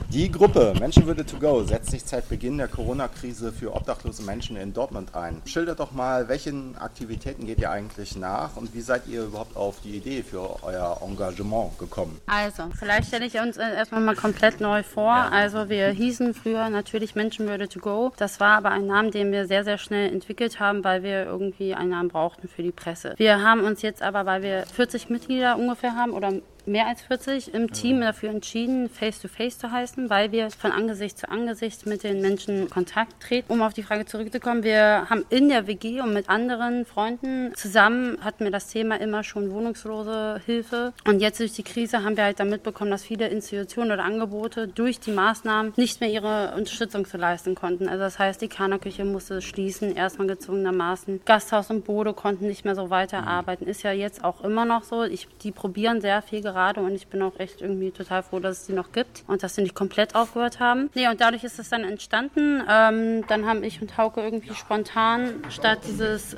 Die Gruppe Menschenwürde to go setzt sich seit Beginn der Corona-Krise für obdachlose Menschen in Dortmund ein. Schildert doch mal, welchen Aktivitäten geht ihr eigentlich nach und wie seid ihr überhaupt auf die Idee für euer Engagement gekommen? Also, vielleicht stelle ich uns erstmal mal komplett neu vor. Ja. Also wir hießen früher natürlich Menschenwürde to go. Das war aber ein Name, den wir sehr, sehr schnell entwickelt haben, weil wir irgendwie einen Namen brauchten für die Presse. Wir haben uns jetzt aber, weil wir 40 Mitglieder ungefähr haben oder mehr als 40 im Team dafür entschieden, Face-to-Face zu heißen, weil wir von Angesicht zu Angesicht mit den Menschen in Kontakt treten. Um auf die Frage zurückzukommen, wir haben in der WG und mit anderen Freunden zusammen hatten wir das Thema immer schon wohnungslose Hilfe. Und jetzt durch die Krise haben wir halt dann mitbekommen, dass viele Institutionen oder Angebote durch die Maßnahmen nicht mehr ihre Unterstützung zu leisten konnten. Also das heißt, die Kana-Küche musste schließen, erstmal gezwungenermaßen. Gasthaus und Bode konnten nicht mehr so weiterarbeiten. Ist ja jetzt auch immer noch so. Die probieren sehr viel gerade und ich bin auch echt irgendwie total froh, dass es die noch gibt und dass sie nicht komplett aufgehört haben. Nee, und dadurch ist es dann entstanden. Dann haben ich und Hauke irgendwie spontan statt dieses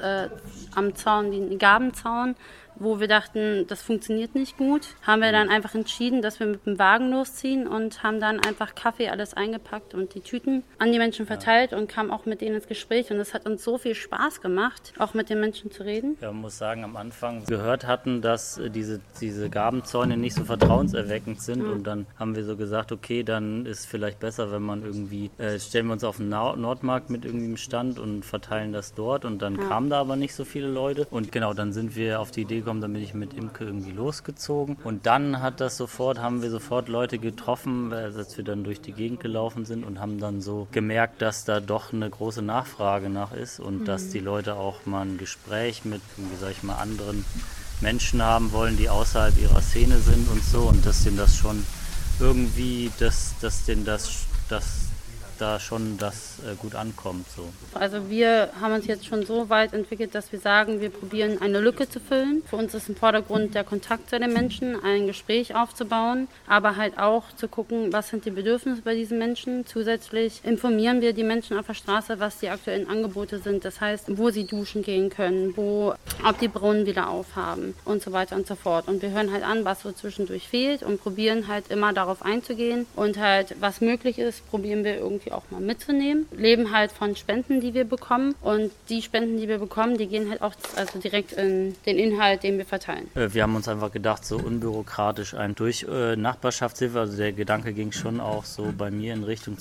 am Zaun, den Gabenzaun, wo wir dachten, das funktioniert nicht gut, haben wir dann einfach entschieden, dass wir mit dem Wagen losziehen und haben dann einfach Kaffee alles eingepackt und die Tüten an die Menschen verteilt und kamen auch mit denen ins Gespräch und es hat uns so viel Spaß gemacht, auch mit den Menschen zu reden. Ja, man muss sagen, am Anfang gehört hatten, dass diese Gabenzäune nicht so vertrauenserweckend sind und dann haben wir so gesagt, okay, dann ist vielleicht besser, wenn man irgendwie, stellen wir uns auf den Nordmarkt mit irgendwie einem Stand und verteilen das dort und dann kamen da aber nicht so viele Leute und genau, dann sind wir auf die Idee gekommen, dann bin ich mit Imke irgendwie losgezogen und dann haben wir sofort Leute getroffen, als wir dann durch die Gegend gelaufen sind und haben dann so gemerkt, dass da doch eine große Nachfrage nach ist und dass die Leute auch mal ein Gespräch mit, wie sag ich mal, anderen Menschen haben wollen, die außerhalb ihrer Szene sind und so und dass denen das schon irgendwie, dass denen das da schon das gut ankommt. So. Also wir haben uns jetzt schon so weit entwickelt, dass wir sagen, wir probieren eine Lücke zu füllen. Für uns ist im Vordergrund der Kontakt zu den Menschen, ein Gespräch aufzubauen, aber halt auch zu gucken, was sind die Bedürfnisse bei diesen Menschen. Zusätzlich informieren wir die Menschen auf der Straße, was die aktuellen Angebote sind. Das heißt, wo sie duschen gehen können, ob die Brunnen wieder aufhaben und so weiter und so fort. Und wir hören halt an, was so zwischendurch fehlt und probieren halt immer darauf einzugehen und halt, was möglich ist, probieren wir irgendwie auch mal mitzunehmen. Leben halt von Spenden, die wir bekommen und die Spenden, die wir bekommen, die gehen halt auch also direkt in den Inhalt, den wir verteilen. Wir haben uns einfach gedacht, so unbürokratisch durch Nachbarschaftshilfe, also der Gedanke ging schon auch so bei mir in Richtung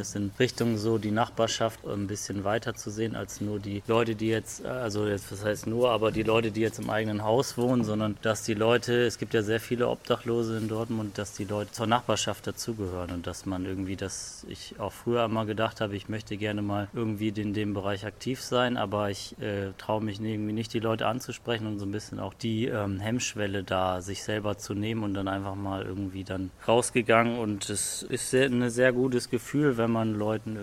so die Nachbarschaft ein bisschen weiter zu sehen als nur die Leute, die jetzt, was heißt nur, aber die Leute, die jetzt im eigenen Haus wohnen, sondern dass die Leute, es gibt ja sehr viele Obdachlose in Dortmund, dass die Leute zur Nachbarschaft dazugehören und dass man irgendwie, dass ich auch früher mal gedacht habe, ich möchte gerne mal irgendwie in dem Bereich aktiv sein, aber ich traue mich irgendwie nicht, die Leute anzusprechen und so ein bisschen auch die Hemmschwelle da, sich selber zu nehmen und dann einfach mal irgendwie dann rausgegangen und es ist ein sehr gutes Gefühl, wenn man Leuten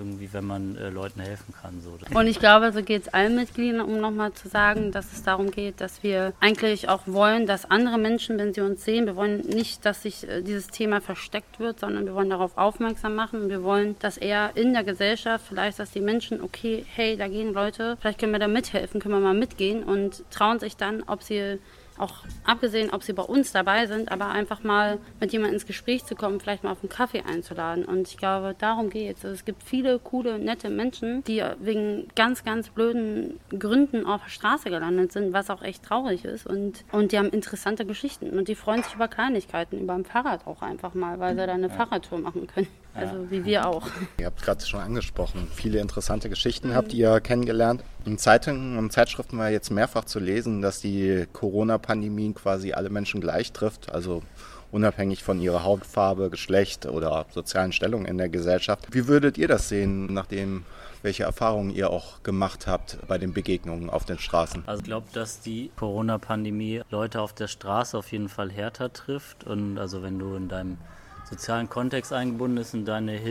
helfen kann. So. Und ich glaube, so geht es allen Mitgliedern, um nochmal zu sagen, dass es darum geht, dass wir eigentlich auch wollen, dass andere Menschen, wenn sie uns sehen, wir wollen nicht, dass sich dieses Thema versteckt wird, sondern wir wollen darauf aufmerksam machen und wir wollen, dass eher in der Gesellschaft vielleicht, dass die Menschen, okay, hey, da gehen Leute, vielleicht können wir da mithelfen, können wir mal mitgehen und trauen sich dann, ob sie auch abgesehen, ob sie bei uns dabei sind, aber einfach mal mit jemandem ins Gespräch zu kommen, vielleicht mal auf einen Kaffee einzuladen. Und ich glaube, darum geht es. Also es gibt viele coole, nette Menschen, die wegen ganz, ganz blöden Gründen auf der Straße gelandet sind, was auch echt traurig ist. Und die haben interessante Geschichten. Und die freuen sich über Kleinigkeiten, über ein Fahrrad auch einfach mal, weil sie da eine Fahrradtour machen können. Also wie wir auch. Ihr habt es gerade schon angesprochen. Viele interessante Geschichten habt ihr kennengelernt. In Zeitungen und Zeitschriften war jetzt mehrfach zu lesen, dass die Corona-Pandemie quasi alle Menschen gleich trifft. Also unabhängig von ihrer Hautfarbe, Geschlecht oder sozialen Stellung in der Gesellschaft. Wie würdet ihr das sehen, nachdem welche Erfahrungen ihr auch gemacht habt bei den Begegnungen auf den Straßen? Also ich glaube, dass die Corona-Pandemie Leute auf der Straße auf jeden Fall härter trifft. Und also wenn du in deinem sozialen Kontext eingebunden bist, in deine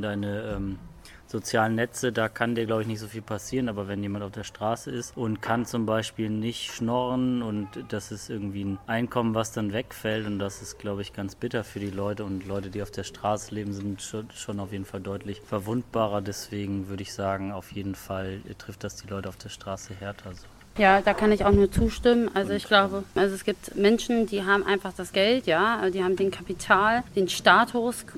sozialen Netze, da kann dir, glaube ich, nicht so viel passieren, aber wenn jemand auf der Straße ist und kann zum Beispiel nicht schnorren und das ist irgendwie ein Einkommen, was dann wegfällt und das ist, glaube ich, ganz bitter für die Leute und Leute, die auf der Straße leben, sind schon auf jeden Fall deutlich verwundbarer, deswegen würde ich sagen, auf jeden Fall trifft das die Leute auf der Straße härter so. Ja, da kann ich auch nur zustimmen. Also ich glaube, es gibt Menschen, die haben einfach das Geld, ja, die haben den Kapital, den Status,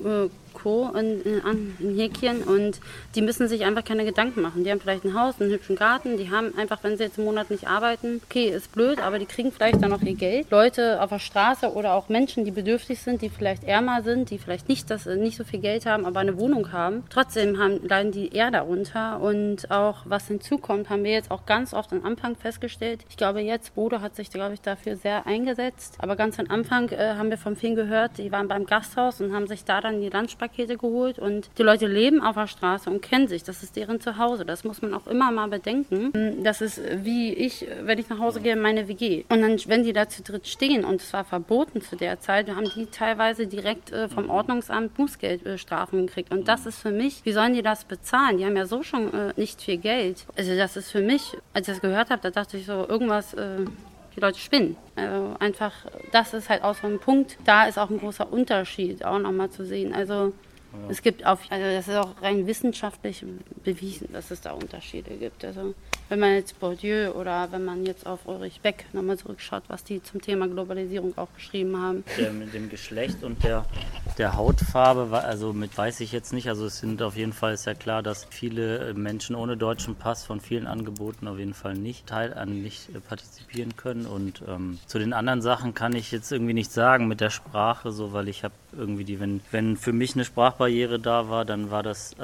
Co. in Häkchen und die müssen sich einfach keine Gedanken machen. Die haben vielleicht ein Haus, einen hübschen Garten, die haben einfach, wenn sie jetzt einen Monat nicht arbeiten, okay, ist blöd, aber die kriegen vielleicht dann noch ihr Geld. Leute auf der Straße oder auch Menschen, die bedürftig sind, die vielleicht ärmer sind, die vielleicht nicht so viel Geld haben, aber eine Wohnung haben. Trotzdem leiden die eher darunter und auch was hinzukommt, haben wir jetzt auch ganz oft am Anfang festgestellt. Ich glaube jetzt, Bodo hat sich, glaube ich, dafür sehr eingesetzt, aber ganz am Anfang haben wir von vielen gehört, die waren beim Gasthaus und haben sich da dann die Lunchpakete geholt und die Leute leben auf der Straße und kennen sich, das ist deren Zuhause, das muss man auch immer mal bedenken. Das ist wie ich, wenn ich nach Hause gehe, meine WG. Und dann, wenn die da zu dritt stehen und es war verboten zu der Zeit, haben die teilweise direkt vom Ordnungsamt Bußgeldstrafen gekriegt. Und das ist für mich, wie sollen die das bezahlen? Die haben ja so schon nicht viel Geld. Also das ist für mich, als ich das gehört habe, da dachte ich so, irgendwas, die Leute spinnen. Also einfach, das ist halt auch so ein Punkt, da ist auch ein großer Unterschied auch nochmal zu sehen. Also es gibt also das ist auch rein wissenschaftlich bewiesen, dass es da Unterschiede gibt. Also wenn man jetzt Bourdieu oder wenn man jetzt auf Ulrich Beck nochmal zurückschaut, was die zum Thema Globalisierung auch geschrieben haben. Mit dem Geschlecht und der Hautfarbe, weiß ich jetzt nicht. Also es sind auf jeden Fall, ist ja klar, dass viele Menschen ohne deutschen Pass von vielen Angeboten auf jeden Fall nicht partizipieren können. Und zu den anderen Sachen kann ich jetzt irgendwie nicht sagen mit der Sprache, so, weil ich habe irgendwie wenn für mich eine Sprachbarriere da war, dann war das,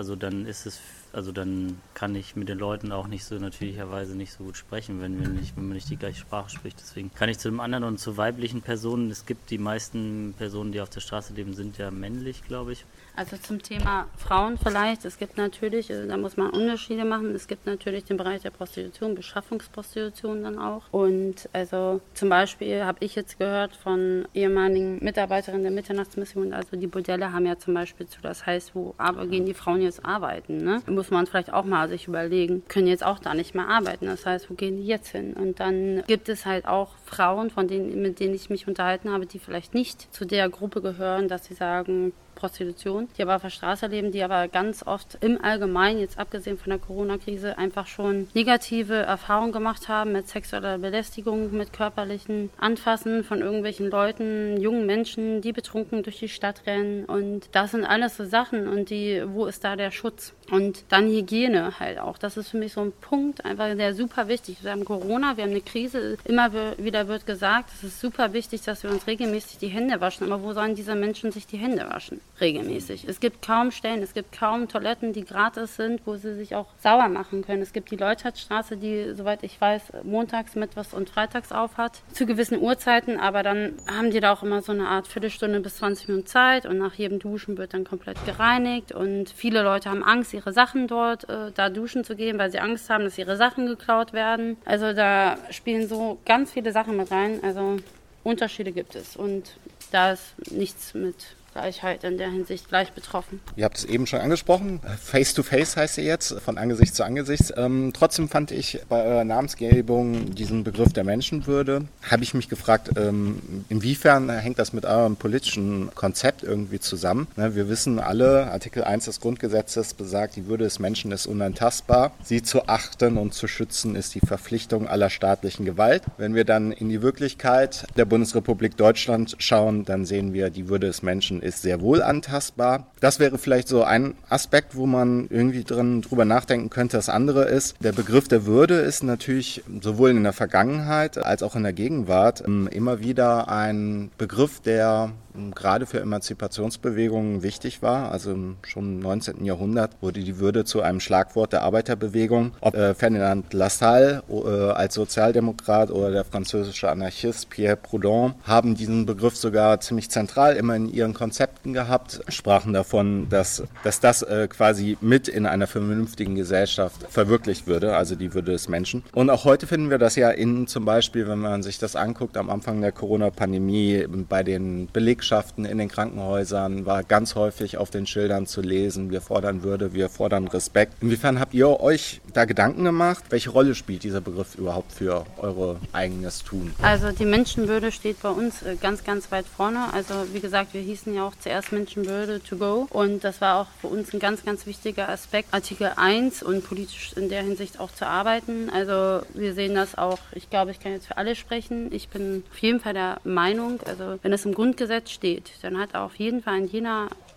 dann kann ich mit den Leuten auch nicht so natürlicherweise nicht so gut sprechen, wenn man nicht die gleiche Sprache spricht. Deswegen kann ich zu dem anderen und zu weiblichen Personen, es gibt die meisten Personen, die auf der Straße leben, sind ja männlich, glaube ich. Also zum Thema Frauen vielleicht, es gibt natürlich, da muss man Unterschiede machen, es gibt natürlich den Bereich der Prostitution, Beschaffungsprostitution dann auch. Und also zum Beispiel habe ich jetzt gehört von ehemaligen Mitarbeiterinnen der Mitternachtsmission, also die Bordelle haben ja zum Beispiel zu, das heißt, wo gehen die Frauen jetzt arbeiten, ne? Muss man vielleicht auch mal sich überlegen, können jetzt auch da nicht mehr arbeiten, das heißt, wo gehen die jetzt hin? Und dann gibt es halt auch Frauen, mit denen ich mich unterhalten habe, die vielleicht nicht zu der Gruppe gehören, dass sie sagen, Prostitution, die aber auf der Straße leben, die aber ganz oft im Allgemeinen, jetzt abgesehen von der Corona-Krise, einfach schon negative Erfahrungen gemacht haben mit sexueller Belästigung, mit körperlichen Anfassen von irgendwelchen Leuten, jungen Menschen, die betrunken durch die Stadt rennen. Und das sind alles so Sachen und wo ist da der Schutz? Und dann Hygiene halt auch. Das ist für mich so ein Punkt, einfach der super wichtig. Wir haben Corona, wir haben eine Krise. Immer wieder wird gesagt, es ist super wichtig, dass wir uns regelmäßig die Hände waschen. Aber wo sollen diese Menschen sich die Hände waschen? Regelmäßig. Es gibt kaum Stellen, es gibt kaum Toiletten, die gratis sind, wo sie sich auch sauber machen können. Es gibt die Leutherzstraße, die, soweit ich weiß, montags, mittwochs und freitags auf hat, zu gewissen Uhrzeiten, aber dann haben die da auch immer so eine Art Viertelstunde bis 20 Minuten Zeit und nach jedem Duschen wird dann komplett gereinigt und viele Leute haben Angst, ihre Sachen dort da duschen zu gehen, weil sie Angst haben, dass ihre Sachen geklaut werden. Also da spielen so ganz viele Sachen mit rein, also Unterschiede gibt es und da ist nichts mit Gleichheit in der Hinsicht gleich betroffen. Ihr habt es eben schon angesprochen, Face-to-Face heißt sie jetzt, von Angesicht zu Angesicht. Trotzdem fand ich bei eurer Namensgebung diesen Begriff der Menschenwürde, habe ich mich gefragt, inwiefern hängt das mit eurem politischen Konzept irgendwie zusammen? Wir wissen alle, Artikel 1 des Grundgesetzes besagt, die Würde des Menschen ist unantastbar. Sie zu achten und zu schützen ist die Verpflichtung aller staatlichen Gewalt. Wenn wir dann in die Wirklichkeit der Bundesrepublik Deutschland schauen, dann sehen wir, die Würde des Menschen ist sehr wohl antastbar. Das wäre vielleicht so ein Aspekt, wo man irgendwie drüber nachdenken könnte. Das andere ist, der Begriff der Würde ist natürlich sowohl in der Vergangenheit als auch in der Gegenwart immer wieder ein Begriff, der gerade für Emanzipationsbewegungen wichtig war. Also schon im 19. Jahrhundert wurde die Würde zu einem Schlagwort der Arbeiterbewegung. Ob Ferdinand Lassalle als Sozialdemokrat oder der französische Anarchist Pierre Proudhon haben diesen Begriff sogar ziemlich zentral immer in ihren Konzepten gehabt, sprachen davon, dass das quasi mit in einer vernünftigen Gesellschaft verwirklicht würde, also die Würde des Menschen. Und auch heute finden wir das ja zum Beispiel, wenn man sich das anguckt, am Anfang der Corona-Pandemie bei den Belegschaften in den Krankenhäusern war ganz häufig auf den Schildern zu lesen, wir fordern Würde, wir fordern Respekt. Inwiefern habt ihr euch da Gedanken gemacht? Welche Rolle spielt dieser Begriff überhaupt für eure eigenes Tun? Also die Menschenwürde steht bei uns ganz, ganz weit vorne. Also wie gesagt, wir hießen ja auch zuerst Menschenwürde to go und das war auch für uns ein ganz, ganz wichtiger Aspekt, Artikel 1 und politisch in der Hinsicht auch zu arbeiten. Also wir sehen das auch, ich glaube, ich kann jetzt für alle sprechen. Ich bin auf jeden Fall der Meinung, also wenn es im Grundgesetz steht, dann hat auf jeden Fall in jeder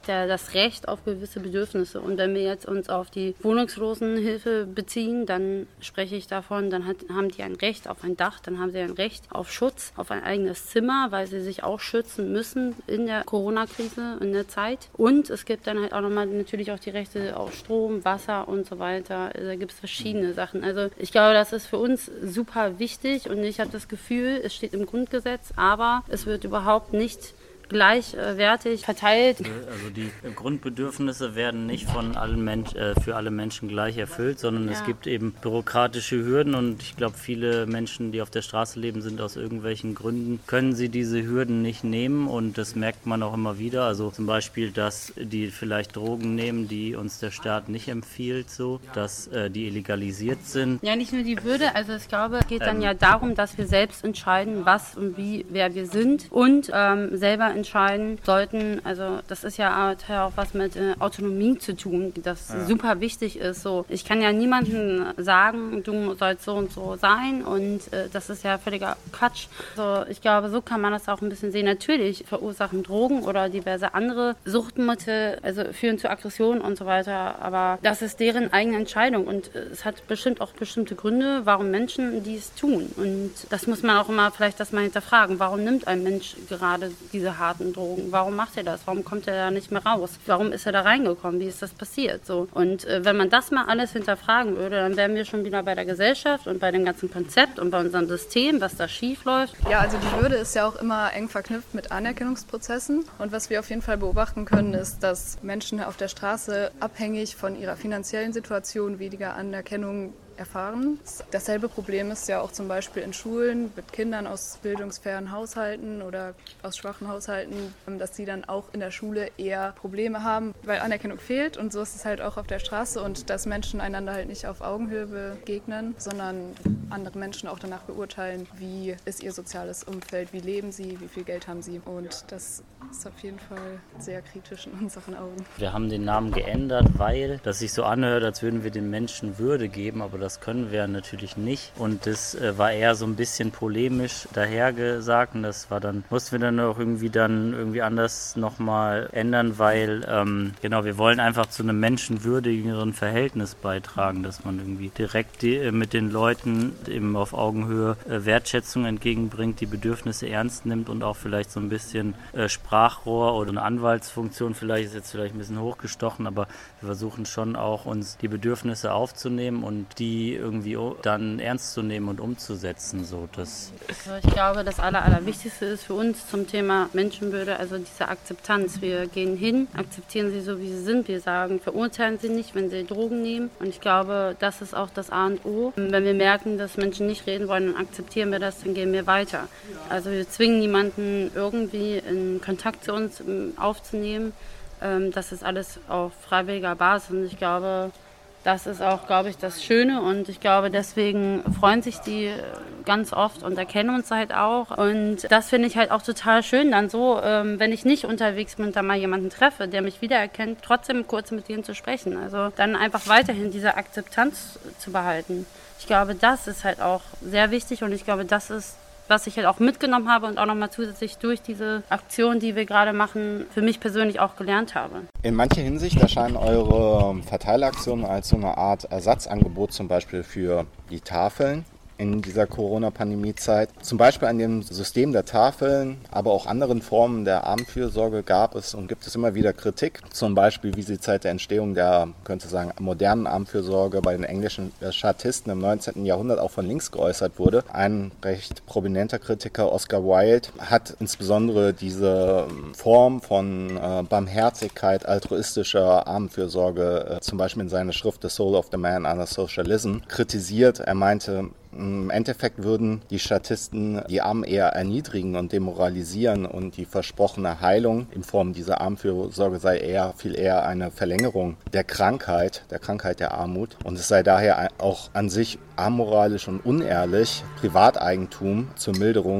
das Recht auf gewisse Bedürfnisse. Und wenn wir jetzt uns auf die Wohnungslosenhilfe beziehen, dann spreche ich davon, dann haben die ein Recht auf ein Dach, dann haben sie ein Recht auf Schutz, auf ein eigenes Zimmer, weil sie sich auch schützen müssen in der Corona-Krise, in der Zeit. Und es gibt dann halt auch nochmal natürlich auch die Rechte auf Strom, Wasser und so weiter. Da gibt es verschiedene Sachen. Also ich glaube, das ist für uns super wichtig und ich habe das Gefühl, es steht im Grundgesetz, aber es wird überhaupt nicht gleichwertig verteilt. Also die Grundbedürfnisse werden nicht von für alle Menschen gleich erfüllt, sondern es gibt eben bürokratische Hürden und ich glaube, viele Menschen, die auf der Straße leben, sind aus irgendwelchen Gründen, können sie diese Hürden nicht nehmen und das merkt man auch immer wieder. Also zum Beispiel, dass die vielleicht Drogen nehmen, die uns der Staat nicht empfiehlt, so, dass die illegalisiert sind. Ja, nicht nur die Würde, also ich glaube, es geht dann ja darum, dass wir selbst entscheiden, was und wie, wer wir sind und selber entscheiden sollten, also das ist ja auch was mit Autonomie zu tun, das super wichtig ist. So, ich kann ja niemandem sagen, du sollst so und so sein und das ist ja völliger Quatsch. So, ich glaube, so kann man das auch ein bisschen sehen. Natürlich verursachen Drogen oder diverse andere Suchtmittel, also führen zu Aggressionen und so weiter, aber das ist deren eigene Entscheidung und es hat bestimmt auch bestimmte Gründe, warum Menschen dies tun und das muss man auch immer vielleicht das mal hinterfragen. Warum nimmt ein Mensch gerade diese harten Drogen? Warum macht er das? Warum kommt er da nicht mehr raus? Warum ist er da reingekommen? Wie ist das passiert? So. Und wenn man das mal alles hinterfragen würde, dann wären wir schon wieder bei der Gesellschaft und bei dem ganzen Konzept und bei unserem System, was da schief läuft. Ja, also die Würde ist ja auch immer eng verknüpft mit Anerkennungsprozessen. Und was wir auf jeden Fall beobachten können, ist, dass Menschen auf der Straße abhängig von ihrer finanziellen Situation weniger Anerkennung erfahren. Dasselbe Problem ist ja auch zum Beispiel in Schulen mit Kindern aus bildungsfernen Haushalten oder aus schwachen Haushalten, dass sie dann auch in der Schule eher Probleme haben, weil Anerkennung fehlt und so ist es halt auch auf der Straße und dass Menschen einander halt nicht auf Augenhöhe begegnen, sondern andere Menschen auch danach beurteilen, wie ist ihr soziales Umfeld, wie leben sie, wie viel Geld haben sie und das ist auf jeden Fall sehr kritisch in unseren Augen. Wir haben den Namen geändert, weil das sich so anhört, als würden wir den Menschen Würde geben, aber das können wir natürlich nicht. Und das war eher so ein bisschen polemisch dahergesagt. Und das war dann, mussten wir dann auch irgendwie anders nochmal ändern, weil wir wollen einfach zu einem menschenwürdigeren Verhältnis beitragen, dass man irgendwie direkt mit den Leuten eben auf Augenhöhe Wertschätzung entgegenbringt, die Bedürfnisse ernst nimmt und auch vielleicht so ein bisschen Sprachrohr oder eine Anwaltsfunktion, vielleicht ist jetzt ein bisschen hochgestochen, aber wir versuchen schon auch uns die Bedürfnisse aufzunehmen und die irgendwie dann ernst zu nehmen und umzusetzen. So, also ich glaube, das Allerwichtigste ist für uns zum Thema Menschenwürde, also diese Akzeptanz. Wir gehen hin, akzeptieren sie so, wie sie sind. Wir sagen, verurteilen sie nicht, wenn sie Drogen nehmen. Und ich glaube, das ist auch das A und O. Wenn wir merken, dass Menschen nicht reden wollen, dann akzeptieren wir das, dann gehen wir weiter. Also wir zwingen niemanden irgendwie in Kontakt zu uns aufzunehmen. Das ist alles auf freiwilliger Basis und ich glaube, das ist auch, das Schöne und ich glaube, deswegen freuen sich die ganz oft und erkennen uns halt auch und das finde ich halt auch total schön dann so, wenn ich nicht unterwegs bin und da mal jemanden treffe, der mich wiedererkennt, trotzdem kurz mit denen zu sprechen. Also dann einfach weiterhin diese Akzeptanz zu behalten. Ich glaube, das ist halt auch sehr wichtig und ich glaube, das ist was ich halt auch mitgenommen habe und auch nochmal zusätzlich durch diese Aktion, die wir gerade machen, für mich persönlich auch gelernt habe. In mancher Hinsicht erscheinen eure Verteilaktionen als so eine Art Ersatzangebot zum Beispiel für die Tafeln in dieser Corona-Pandemie-Zeit. Zum Beispiel an dem System der Tafeln, aber auch anderen Formen der Armenfürsorge gab es und gibt es immer wieder Kritik. Zum Beispiel, wie sie seit der Entstehung der, könnte sagen, modernen Armenfürsorge bei den englischen Chartisten im 19. Jahrhundert auch von links geäußert wurde. Ein recht prominenter Kritiker, Oscar Wilde, hat insbesondere diese Form von Barmherzigkeit, altruistischer Armenfürsorge, zum Beispiel in seiner Schrift The Soul of the Man Under Socialism, kritisiert. Er meinte, im Endeffekt würden die Statisten die Armen eher erniedrigen und demoralisieren und die versprochene Heilung in Form dieser Armenfürsorge sei viel eher eine Verlängerung der Krankheit der Armut und es sei daher auch an sich amoralisch und unehrlich, Privateigentum zur Milderung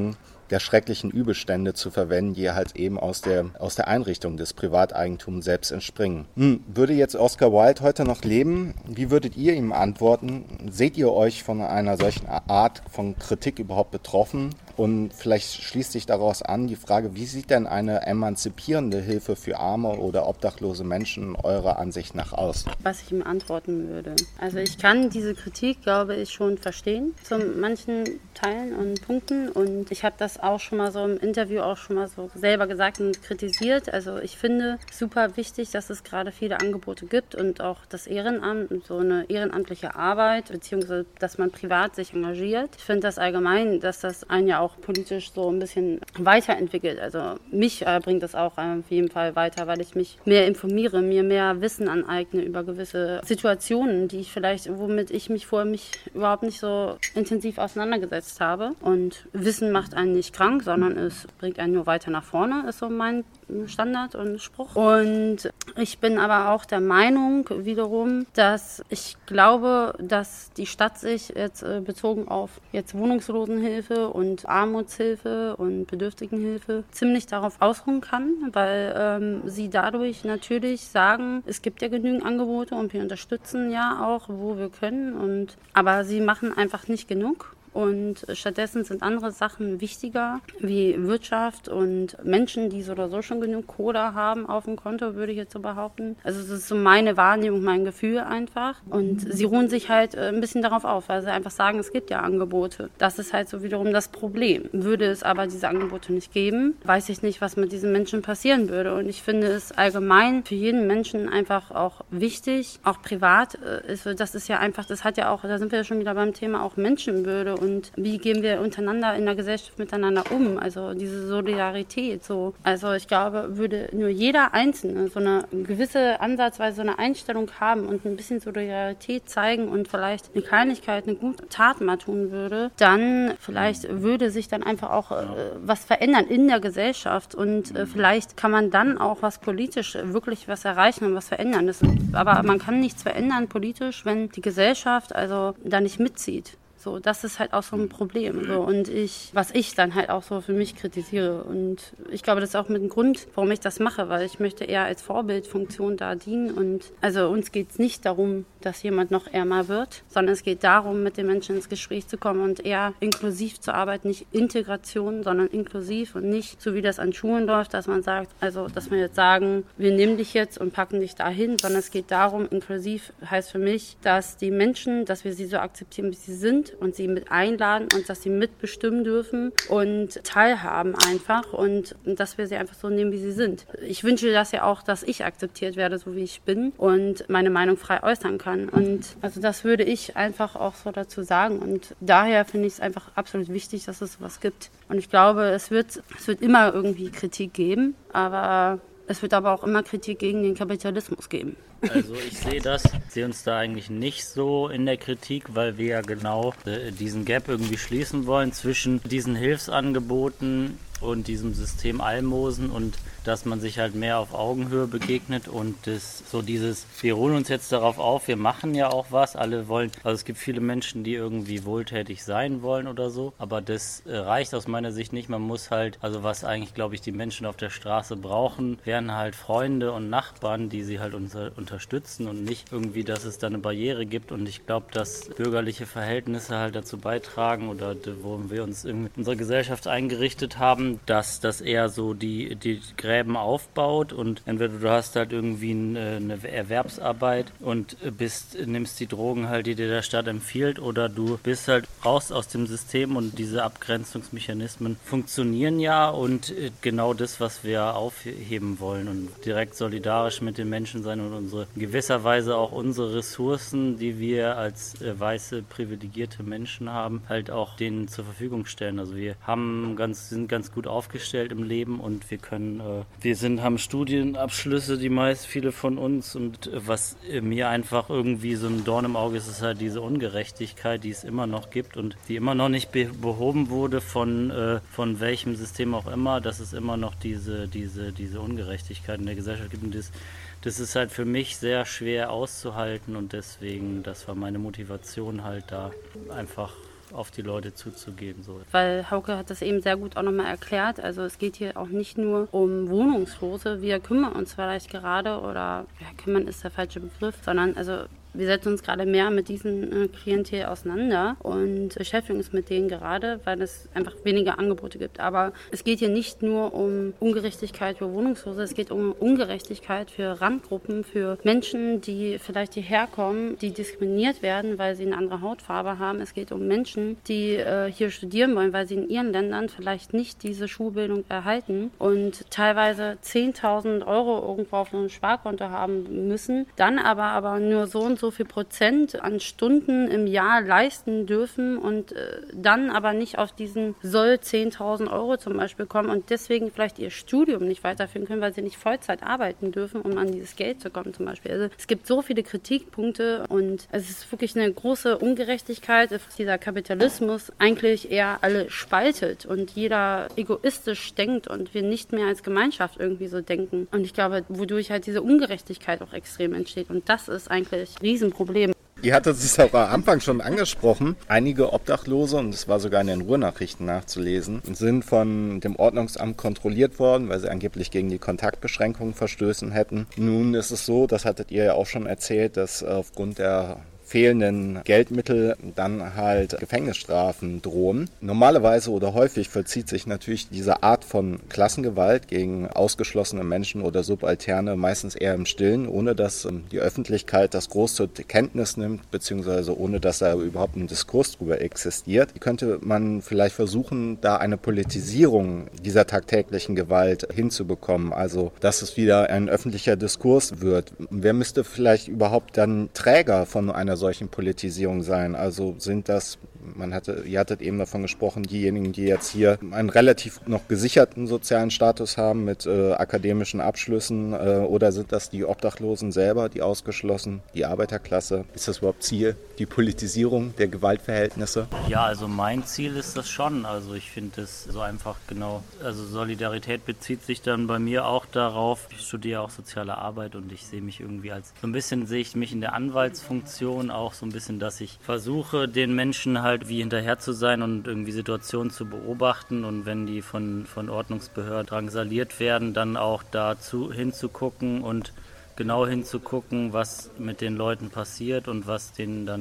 der schrecklichen Übelstände zu verwenden, die halt eben aus der Einrichtung des Privateigentums selbst entspringen. Würde jetzt Oscar Wilde heute noch leben, wie würdet ihr ihm antworten? Seht ihr euch von einer solchen Art von Kritik überhaupt betroffen? Und vielleicht schließt sich daraus an die Frage, wie sieht denn eine emanzipierende Hilfe für arme oder obdachlose Menschen eurer Ansicht nach aus? Was ich ihm antworten würde. Also ich kann diese Kritik, glaube ich, schon verstehen, zu manchen Teilen und Punkten. Und ich habe das auch schon mal so im Interview auch schon mal so selber gesagt und kritisiert. Also ich finde super wichtig, dass es gerade viele Angebote gibt und auch das Ehrenamt, so eine ehrenamtliche Arbeit, beziehungsweise dass man privat sich engagiert. Ich finde das allgemein, dass das einen ja auch politisch so ein bisschen weiterentwickelt. Also mich bringt das auch auf jeden Fall weiter, weil ich mich mehr informiere, mir mehr Wissen aneigne über gewisse Situationen, die ich vielleicht, womit ich mich vorher überhaupt nicht so intensiv auseinandergesetzt habe. Und Wissen macht einen nicht krank, sondern es bringt einen nur weiter nach vorne, ist so mein Standard und Spruch. Und ich bin aber auch der Meinung wiederum, dass ich glaube, dass die Stadt sich jetzt bezogen auf jetzt Wohnungslosenhilfe und Armutshilfe und Bedürftigenhilfe ziemlich darauf ausruhen kann, weil sie dadurch natürlich sagen, es gibt ja genügend Angebote und wir unterstützen ja auch, wo wir können. Aber sie machen einfach nicht genug. Und stattdessen sind andere Sachen wichtiger, wie Wirtschaft und Menschen, die so oder so schon genug Kohle haben auf dem Konto, würde ich jetzt so behaupten. Also das ist so meine Wahrnehmung, mein Gefühl einfach. Und sie ruhen sich halt ein bisschen darauf auf, weil sie einfach sagen, es gibt ja Angebote. Das ist halt so wiederum das Problem. Würde es aber diese Angebote nicht geben, weiß ich nicht, was mit diesen Menschen passieren würde. Und ich finde es allgemein für jeden Menschen einfach auch wichtig, auch privat. Das ist ja einfach, das hat ja auch, da sind wir ja schon wieder beim Thema auch Menschenwürde. Und wie gehen wir untereinander in der Gesellschaft miteinander um? Also diese Solidarität so. Also ich glaube, würde nur jeder Einzelne so eine gewisse Ansatzweise, so eine Einstellung haben und ein bisschen Solidarität zeigen und vielleicht eine Kleinigkeit, eine gute Tat mal tun würde, dann vielleicht würde sich dann einfach auch was verändern in der Gesellschaft und vielleicht kann man dann auch was politisch wirklich was erreichen und was verändern. Aber man kann nichts verändern politisch, wenn die Gesellschaft also da nicht mitzieht. So, das ist halt auch so ein Problem. So. Und was ich dann halt auch so für mich kritisiere. Und ich glaube, das ist auch mit dem Grund, warum ich das mache, weil ich möchte eher als Vorbildfunktion da dienen. Und also uns geht es nicht darum, dass jemand noch ärmer wird, sondern es geht darum, mit den Menschen ins Gespräch zu kommen und eher inklusiv zu arbeiten, nicht Integration, sondern inklusiv und nicht so wie das an Schulen läuft, dass man sagt, also dass wir jetzt sagen, wir nehmen dich jetzt und packen dich dahin, sondern es geht darum, inklusiv heißt für mich, dass die Menschen, dass wir sie so akzeptieren, wie sie sind und sie mit einladen und dass sie mitbestimmen dürfen und teilhaben einfach und dass wir sie einfach so nehmen, wie sie sind. Ich wünsche das ja auch, dass ich akzeptiert werde, so wie ich bin und meine Meinung frei äußern kann. Und also das würde ich einfach auch so dazu sagen. Und daher finde ich es einfach absolut wichtig, dass es sowas gibt. Und ich glaube, es wird immer irgendwie Kritik geben, aber es wird aber auch immer Kritik gegen den Kapitalismus geben. Also ich sehe uns da eigentlich nicht so in der Kritik, weil wir ja genau diesen Gap irgendwie schließen wollen zwischen diesen Hilfsangeboten und diesem System Almosen und dass man sich halt mehr auf Augenhöhe begegnet und wir ruhen uns jetzt darauf auf, wir machen ja auch was, alle wollen, also es gibt viele Menschen, die irgendwie wohltätig sein wollen oder so, aber das reicht aus meiner Sicht nicht, man muss halt, also was eigentlich, glaube ich, die Menschen auf der Straße brauchen, wären halt Freunde und Nachbarn, die sie halt unterstützen und nicht irgendwie, dass es da eine Barriere gibt und ich glaube, dass bürgerliche Verhältnisse halt dazu beitragen oder wo wir uns in unserer Gesellschaft eingerichtet haben, dass das eher so die Gräben aufbaut und entweder du hast halt irgendwie eine Erwerbsarbeit und nimmst die Drogen halt, die dir der Staat empfiehlt oder du bist halt raus aus dem System und diese Abgrenzungsmechanismen funktionieren ja und genau das, was wir aufheben wollen und direkt solidarisch mit den Menschen sein und in gewisser Weise auch unsere Ressourcen, die wir als weiße, privilegierte Menschen haben, halt auch denen zur Verfügung stellen. Also wir sind ganz gut aufgestellt im Leben und haben Studienabschlüsse, viele von uns und was mir einfach irgendwie so ein Dorn im Auge ist, ist halt diese Ungerechtigkeit, die es immer noch gibt und die immer noch nicht behoben wurde von welchem System auch immer, dass es immer noch diese Ungerechtigkeit in der Gesellschaft gibt und das ist halt für mich sehr schwer auszuhalten und deswegen, das war meine Motivation halt da einfach auf die Leute zuzugehen. So. Weil Hauke hat das eben sehr gut auch nochmal erklärt. Also es geht hier auch nicht nur um Wohnungslose. Wir kümmern uns vielleicht gerade, oder kümmern ist der falsche Begriff, sondern also wir setzen uns gerade mehr mit diesem Klientel auseinander und beschäftigen uns mit denen gerade, weil es einfach weniger Angebote gibt. Aber es geht hier nicht nur um Ungerechtigkeit für Wohnungslose, es geht um Ungerechtigkeit für Randgruppen, für Menschen, die vielleicht hierher kommen, die diskriminiert werden, weil sie eine andere Hautfarbe haben. Es geht um Menschen, die hier studieren wollen, weil sie in ihren Ländern vielleicht nicht diese Schulbildung erhalten und teilweise 10.000 € irgendwo auf einem Sparkonto haben müssen, dann aber nur so und so viel Prozent an Stunden im Jahr leisten dürfen und dann aber nicht auf diesen Soll 10.000 € zum Beispiel kommen und deswegen vielleicht ihr Studium nicht weiterführen können, weil sie nicht Vollzeit arbeiten dürfen, um an dieses Geld zu kommen zum Beispiel. Also es gibt so viele Kritikpunkte und es ist wirklich eine große Ungerechtigkeit, dass dieser Kapitalismus eigentlich eher alle spaltet und jeder egoistisch denkt und wir nicht mehr als Gemeinschaft irgendwie so denken. Und ich glaube, wodurch halt diese Ungerechtigkeit auch extrem entsteht und das ist eigentlich Riesenproblem. Ihr hattet es auch am Anfang schon angesprochen. Einige Obdachlose, und es war sogar in den Ruhrnachrichten nachzulesen, sind von dem Ordnungsamt kontrolliert worden, weil sie angeblich gegen die Kontaktbeschränkungen verstößen hätten. Nun ist es so, das hattet ihr ja auch schon erzählt, dass aufgrund der fehlenden Geldmittel dann halt Gefängnisstrafen drohen. Normalerweise oder häufig vollzieht sich natürlich diese Art von Klassengewalt gegen ausgeschlossene Menschen oder Subalterne meistens eher im Stillen, ohne dass die Öffentlichkeit das groß zur Kenntnis nimmt, beziehungsweise ohne dass da überhaupt ein Diskurs drüber existiert. Könnte man vielleicht versuchen, da eine Politisierung dieser tagtäglichen Gewalt hinzubekommen, also dass es wieder ein öffentlicher Diskurs wird. Wer müsste vielleicht überhaupt dann Träger von einer solchen Politisierung sein? Also sind das, ihr hattet eben davon gesprochen, diejenigen, die jetzt hier einen relativ noch gesicherten sozialen Status haben mit akademischen Abschlüssen, oder sind das die Obdachlosen selber, die ausgeschlossen, die Arbeiterklasse? Ist das überhaupt Ziel, die Politisierung der Gewaltverhältnisse? Ja, also mein Ziel ist das schon. Also ich finde es so einfach genau. Also Solidarität bezieht sich dann bei mir auch darauf. Ich studiere auch soziale Arbeit und ich sehe mich irgendwie sehe ich mich in der Anwaltsfunktion auch so ein bisschen, dass ich versuche, den Menschen halt wie hinterher zu sein und irgendwie Situationen zu beobachten und wenn die von Ordnungsbehörden drangsaliert werden, dann auch dazu hinzugucken und genau hinzugucken, was mit den Leuten passiert und was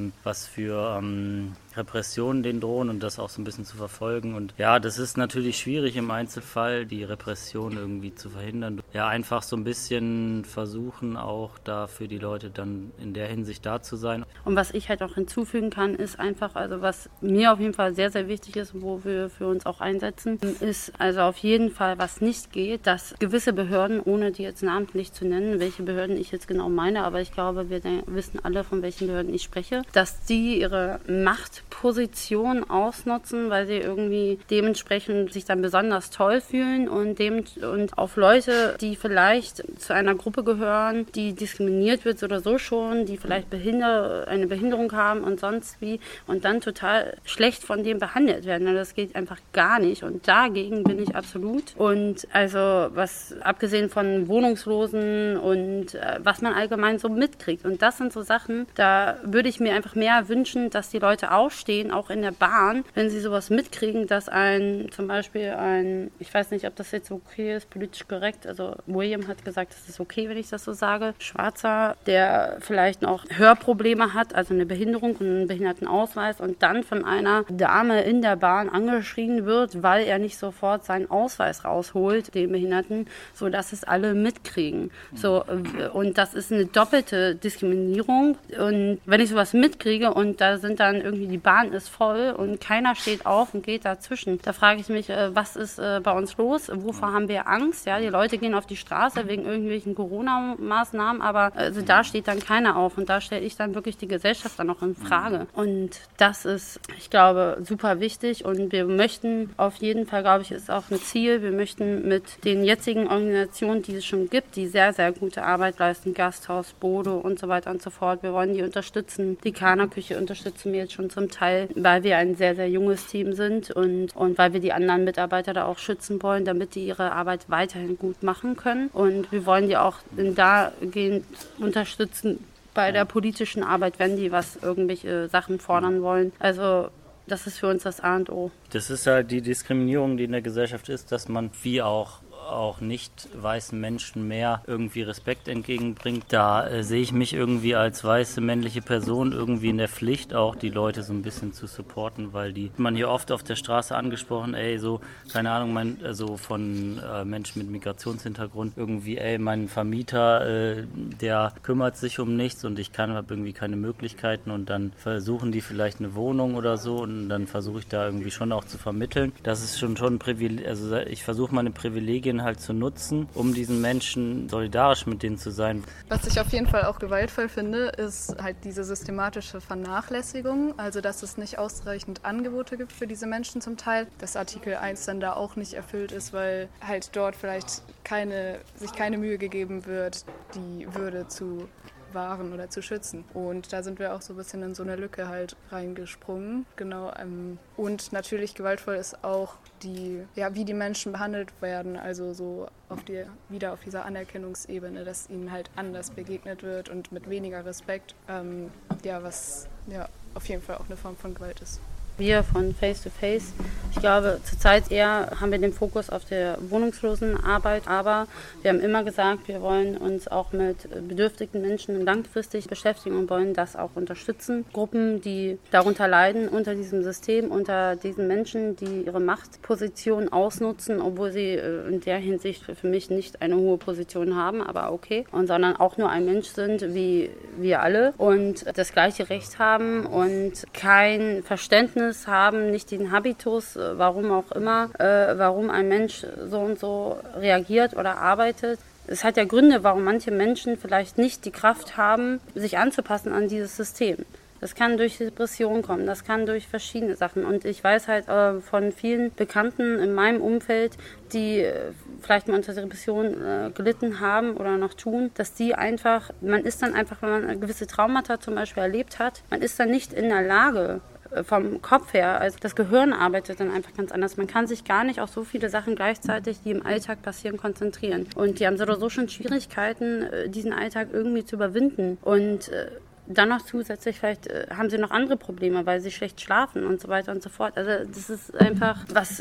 für Repressionen denen drohen und das auch so ein bisschen zu verfolgen. Und ja, das ist natürlich schwierig im Einzelfall, die Repression irgendwie zu verhindern. Ja, einfach so ein bisschen versuchen, auch da für die Leute dann in der Hinsicht da zu sein. Und was ich halt auch hinzufügen kann, ist einfach, also was mir auf jeden Fall sehr, sehr wichtig ist, wo wir für uns auch einsetzen, ist also auf jeden Fall, was nicht geht, dass gewisse Behörden, ohne die jetzt namentlich zu nennen, welche Behörden ich jetzt genau meine, aber ich glaube, wir wissen alle, von welchen Behörden ich spreche, dass die ihre Machtposition ausnutzen, weil sie irgendwie dementsprechend sich dann besonders toll fühlen und auf Leute, die vielleicht zu einer Gruppe gehören, die diskriminiert wird oder so schon, die vielleicht eine Behinderung haben und sonst wie und dann total schlecht von dem behandelt werden. Also das geht einfach gar nicht und dagegen bin ich absolut. Und also was abgesehen von Wohnungslosen und was man allgemein so mitkriegt. Und das sind so Sachen, da würde ich mir einfach mehr wünschen, dass die Leute aufstehen, auch in der Bahn, wenn sie sowas mitkriegen, dass zum Beispiel ich weiß nicht, ob das jetzt okay ist, politisch korrekt, also William hat gesagt, das ist okay, wenn ich das so sage, Schwarzer, der vielleicht noch Hörprobleme hat, also eine Behinderung und einen Behindertenausweis und dann von einer Dame in der Bahn angeschrien wird, weil er nicht sofort seinen Ausweis rausholt, den Behinderten, sodass es alle mitkriegen. So, und das ist eine doppelte Diskriminierung. Und wenn ich sowas mitkriege und da sind dann irgendwie, die Bahn ist voll und keiner steht auf und geht dazwischen, da frage ich mich, was ist bei uns los? Wovor haben wir Angst? Ja, die Leute gehen auf die Straße wegen irgendwelchen Corona-Maßnahmen, aber also da steht dann keiner auf und da stelle ich dann wirklich die Gesellschaft dann noch in Frage. Und das ist, ich glaube, super wichtig und wir möchten auf jeden Fall, glaube ich, ist auch ein Ziel, wir möchten mit den jetzigen Organisationen, die es schon gibt, die sehr, sehr gute Arbeit leisten, Gasthaus, Bodo und so weiter und so fort, wir wollen die unterstützen. Die Kana-Küche unterstützen wir jetzt schon zum Teil, weil wir ein sehr, sehr junges Team sind und weil wir die anderen Mitarbeiter da auch schützen wollen, damit die ihre Arbeit weiterhin gut machen können. Und wir wollen die auch dahingehend unterstützen bei der politischen Arbeit, wenn die irgendwelche Sachen fordern wollen. Also Das ist für uns das A und O. Das ist halt die Diskriminierung, die in der Gesellschaft ist, dass man wie auch nicht weißen Menschen mehr irgendwie Respekt entgegenbringt. Da sehe ich mich irgendwie als weiße männliche Person irgendwie in der Pflicht, auch die Leute so ein bisschen zu supporten, weil man hier oft auf der Straße angesprochen, keine Ahnung, von Menschen mit Migrationshintergrund, irgendwie, mein Vermieter, der kümmert sich um nichts und ich habe irgendwie keine Möglichkeiten und dann versuchen die vielleicht eine Wohnung oder so und dann versuche ich da irgendwie schon auch zu vermitteln. Das ist schon ein Privileg, also ich versuche meine Privilegien halt zu nutzen, um diesen Menschen solidarisch mit denen zu sein. Was ich auf jeden Fall auch gewaltvoll finde, ist halt diese systematische Vernachlässigung, also dass es nicht ausreichend Angebote gibt für diese Menschen zum Teil, dass Artikel 1 dann da auch nicht erfüllt ist, weil halt dort vielleicht sich keine Mühe gegeben wird, die Würde zu wahren oder zu schützen. Und da sind wir auch so ein bisschen in so eine Lücke halt reingesprungen. Genau. Und natürlich gewaltvoll ist auch wie die Menschen behandelt werden, also so wieder auf dieser Anerkennungsebene, dass ihnen halt anders begegnet wird und mit weniger Respekt, was auf jeden Fall auch eine Form von Gewalt ist. Wir von Face to Face, ich glaube, zurzeit eher haben wir den Fokus auf der Wohnungslosenarbeit, aber wir haben immer gesagt, wir wollen uns auch mit bedürftigen Menschen langfristig beschäftigen und wollen das auch unterstützen. Gruppen, die darunter leiden, unter diesem System, unter diesen Menschen, die ihre Machtposition ausnutzen, obwohl sie in der Hinsicht für mich nicht eine hohe Position haben, aber okay, sondern auch nur ein Mensch sind, wie wir alle und das gleiche Recht haben und kein Verständnis haben, nicht den Habitus, warum auch immer, warum ein Mensch so und so reagiert oder arbeitet. Es hat ja Gründe, warum manche Menschen vielleicht nicht die Kraft haben, sich anzupassen an dieses System. Das kann durch Depression kommen, das kann durch verschiedene Sachen. Und ich weiß halt von vielen Bekannten in meinem Umfeld, die vielleicht mal unter Depression gelitten haben oder noch tun, dass man ist dann einfach, wenn man gewisse Traumata zum Beispiel erlebt hat, man ist dann nicht in der Lage, vom Kopf her, also das Gehirn arbeitet dann einfach ganz anders. Man kann sich gar nicht auf so viele Sachen gleichzeitig, die im Alltag passieren, konzentrieren. Und die haben so oder so schon Schwierigkeiten, diesen Alltag irgendwie zu überwinden. Und dann noch zusätzlich, vielleicht haben sie noch andere Probleme, weil sie schlecht schlafen und so weiter und so fort. Also das ist einfach,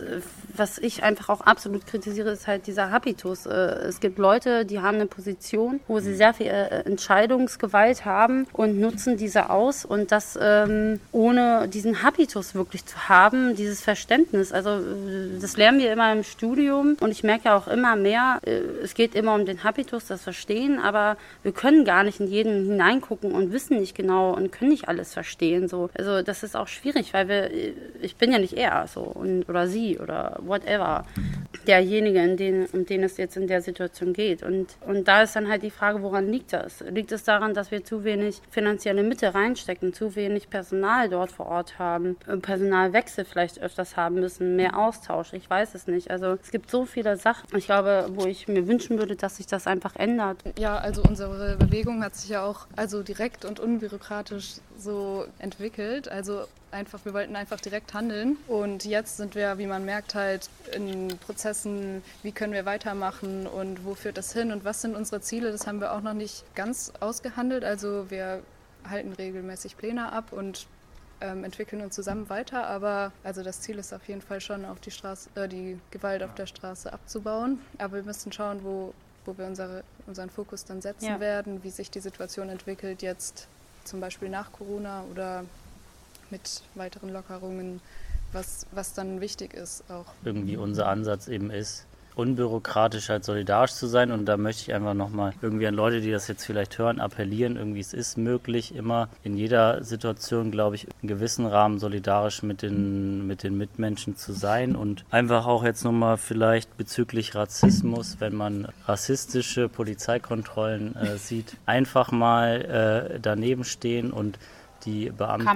was ich einfach auch absolut kritisiere, ist halt dieser Habitus. Es gibt Leute, die haben eine Position, wo sie sehr viel Entscheidungsgewalt haben und nutzen diese aus und das ohne diesen Habitus wirklich zu haben, dieses Verständnis. Also das lernen wir immer im Studium und ich merke auch immer mehr, es geht immer um den Habitus, das Verstehen, aber wir können gar nicht in jeden hineingucken und wissen nicht genau und können nicht alles verstehen. So. Also das ist auch schwierig, weil ich bin ja nicht er so oder sie oder whatever, derjenige, um den es jetzt in der Situation geht. Und da ist dann halt die Frage, woran liegt das? Liegt es daran, dass wir zu wenig finanzielle Mittel reinstecken, zu wenig Personal dort vor Ort haben, Personalwechsel vielleicht öfters haben müssen, mehr Austausch? Ich weiß es nicht. Also es gibt so viele Sachen, ich glaube, wo ich mir wünschen würde, dass sich das einfach ändert. Ja, also unsere Bewegung hat sich ja auch direkt und unbürokratisch so entwickelt. Also wir wollten einfach direkt handeln. Und jetzt sind wir, wie man merkt, halt in Prozessen, wie können wir weitermachen und wo führt das hin und was sind unsere Ziele, das haben wir auch noch nicht ganz ausgehandelt. Also wir halten regelmäßig Pläne ab und entwickeln uns zusammen weiter, aber also das Ziel ist auf jeden Fall schon, auf die Gewalt auf der Straße abzubauen. Aber wir müssen schauen, wo wir unseren Fokus dann setzen werden, wie sich die Situation entwickelt, jetzt zum Beispiel nach Corona oder mit weiteren Lockerungen, was dann wichtig ist auch. Irgendwie unser Ansatz eben ist, unbürokratisch halt solidarisch zu sein und da möchte ich einfach nochmal irgendwie an Leute, die das jetzt vielleicht hören, appellieren, irgendwie es ist möglich, immer in jeder Situation, glaube ich, in gewissen Rahmen solidarisch mit den Mitmenschen zu sein und einfach auch jetzt nochmal vielleicht bezüglich Rassismus, wenn man rassistische Polizeikontrollen sieht, einfach mal daneben stehen und die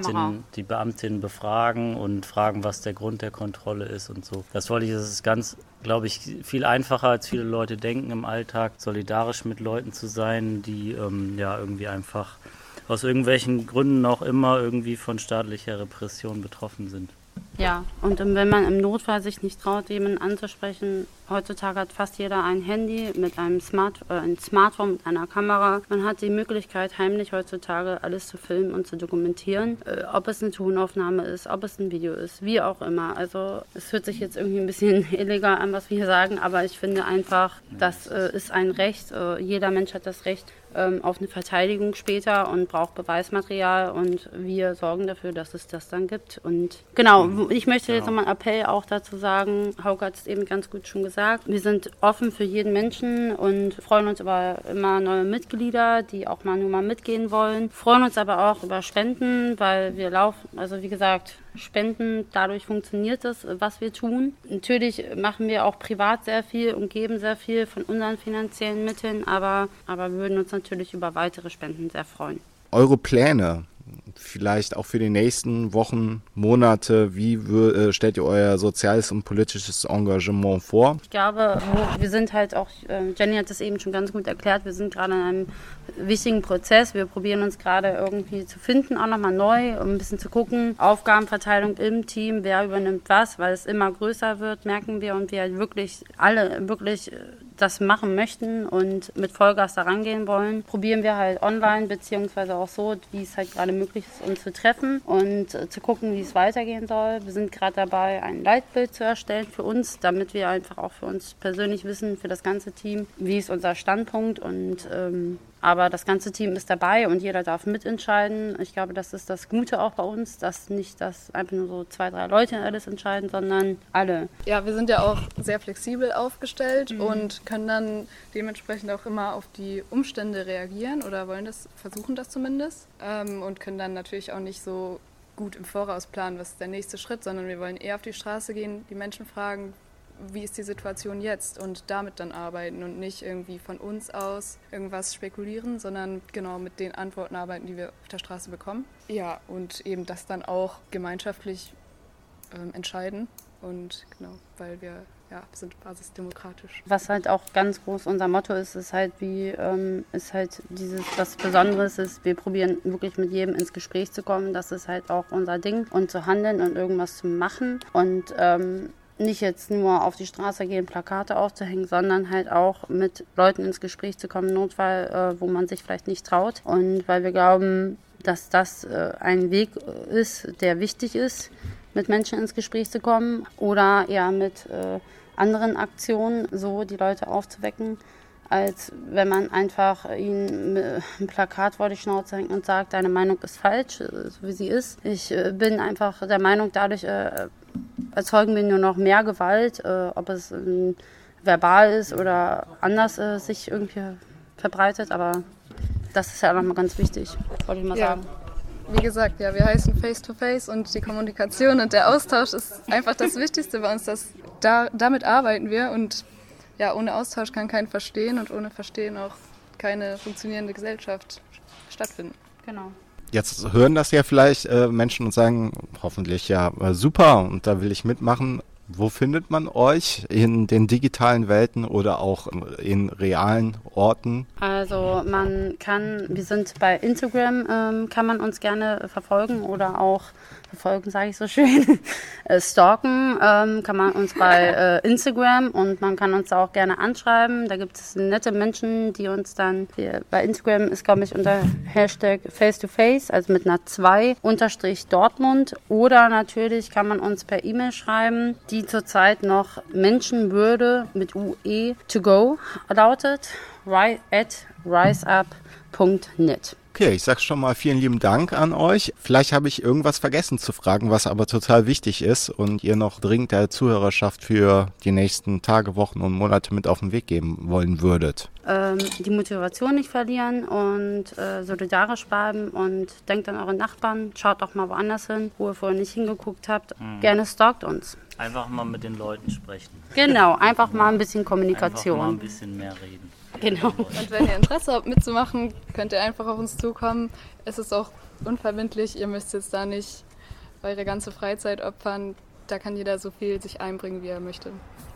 Beamtin befragen und fragen, was der Grund der Kontrolle ist und so. Das ist ganz, glaube ich, viel einfacher, als viele Leute denken im Alltag, solidarisch mit Leuten zu sein, die irgendwie einfach aus irgendwelchen Gründen auch immer irgendwie von staatlicher Repression betroffen sind. Ja, und wenn man im Notfall sich nicht traut, jemanden anzusprechen, heutzutage hat fast jeder ein Handy mit einem ein Smartphone mit einer Kamera. Man hat die Möglichkeit, heimlich heutzutage alles zu filmen und zu dokumentieren. Ob es eine Tonaufnahme ist, ob es ein Video ist, wie auch immer. Also es hört sich jetzt irgendwie ein bisschen illegal an, was wir hier sagen, aber ich finde einfach, das ist ein Recht. Jeder Mensch hat das Recht auf eine Verteidigung später und braucht Beweismaterial und wir sorgen dafür, dass es das dann gibt. Und genau, ich möchte jetzt nochmal einen Appell auch dazu sagen, Hauke hat es eben ganz gut schon gesagt, wir sind offen für jeden Menschen und freuen uns über immer neue Mitglieder, die auch nur mal mitgehen wollen, freuen uns aber auch über Spenden, weil wir laufen, also wie gesagt, Spenden, dadurch funktioniert es, was wir tun. Natürlich machen wir auch privat sehr viel und geben sehr viel von unseren finanziellen Mitteln, aber wir würden uns natürlich über weitere Spenden sehr freuen. Eure Pläne, vielleicht auch für die nächsten Wochen, Monate, wie stellt ihr euer soziales und politisches Engagement vor? Ich glaube, wir sind halt auch, Jenny hat das eben schon ganz gut erklärt, wir sind gerade in einem wichtigen Prozess. Wir probieren uns gerade irgendwie zu finden, auch nochmal neu, um ein bisschen zu gucken. Aufgabenverteilung im Team, wer übernimmt was, weil es immer größer wird, merken wir und wir halt wirklich alle das machen möchten und mit Vollgas da rangehen wollen. Probieren wir halt online, beziehungsweise auch so, wie es halt gerade möglich ist, uns zu treffen und zu gucken, wie es weitergehen soll. Wir sind gerade dabei, ein Leitbild zu erstellen für uns, damit wir einfach auch für uns persönlich wissen, für das ganze Team, wie ist unser Standpunkt und aber das ganze Team ist dabei und jeder darf mitentscheiden. Ich glaube, das ist das Gute auch bei uns, dass nicht das einfach nur so 2, 3 Leute alles entscheiden, sondern alle. Ja, wir sind ja auch sehr flexibel aufgestellt und können dann dementsprechend auch immer auf die Umstände reagieren oder versuchen das zumindest und können dann natürlich auch nicht so gut im Voraus planen, was ist der nächste Schritt, sondern wir wollen eher auf die Straße gehen, die Menschen fragen, wie ist die Situation jetzt und damit dann arbeiten und nicht irgendwie von uns aus irgendwas spekulieren, sondern genau mit den Antworten arbeiten, die wir auf der Straße bekommen. Ja, und eben das dann auch gemeinschaftlich entscheiden und genau, weil wir sind basisdemokratisch. Was halt auch ganz groß unser Motto ist, was Besonderes ist, wir probieren wirklich mit jedem ins Gespräch zu kommen, das ist halt auch unser Ding und zu handeln und irgendwas zu machen und nicht jetzt nur auf die Straße gehen, Plakate aufzuhängen, sondern halt auch mit Leuten ins Gespräch zu kommen, im Notfall, wo man sich vielleicht nicht traut. Und weil wir glauben, dass das ein Weg ist, der wichtig ist, mit Menschen ins Gespräch zu kommen oder eher mit anderen Aktionen, so die Leute aufzuwecken, als wenn man einfach ihnen ein Plakat vor die Schnauze hängt und sagt, deine Meinung ist falsch, so wie sie ist. Ich bin einfach der Meinung, dadurch erzeugen wir nur noch mehr Gewalt, ob es verbal ist oder anders sich irgendwie verbreitet, aber das ist ja auch nochmal ganz wichtig, wollte ich mal sagen. Wie gesagt, wir heißen Face-to-Face und die Kommunikation und der Austausch ist einfach das Wichtigste bei uns. Damit arbeiten wir und ohne Austausch kann kein Verstehen und ohne Verstehen auch keine funktionierende Gesellschaft stattfinden. Genau. Jetzt hören das ja vielleicht Menschen und sagen, hoffentlich super und da will ich mitmachen. Wo findet man euch in den digitalen Welten oder auch in realen Orten? Also wir sind bei Instagram, kann man uns gerne verfolgen oder auch verfolgen, sage ich so schön, stalken kann man uns bei Instagram und man kann uns da auch gerne anschreiben. Da gibt es nette Menschen, die uns dann, bei Instagram ist glaube ich unter Hashtag Face-to-Face, also mit einer 2 @Dortmund oder natürlich kann man uns per E-Mail schreiben, die zurzeit noch Menschenwürde mit UE to go lautet, @riseup.net. Okay, ich sage schon mal vielen lieben Dank an euch. Vielleicht habe ich irgendwas vergessen zu fragen, was aber total wichtig ist und ihr noch dringend der Zuhörerschaft für die nächsten Tage, Wochen und Monate mit auf den Weg geben wollen würdet. Die Motivation nicht verlieren und solidarisch bleiben und denkt an eure Nachbarn, schaut auch mal woanders hin, wo ihr vorher nicht hingeguckt habt. Gerne stalkt uns. Einfach mal mit den Leuten sprechen. Genau, einfach mal ein bisschen Kommunikation. Einfach mal ein bisschen mehr reden. Genau. Und wenn ihr Interesse habt mitzumachen, könnt ihr einfach auf uns zukommen. Es ist auch unverbindlich, ihr müsst jetzt da nicht eure ganze Freizeit opfern. Da kann jeder so viel sich einbringen, wie er möchte.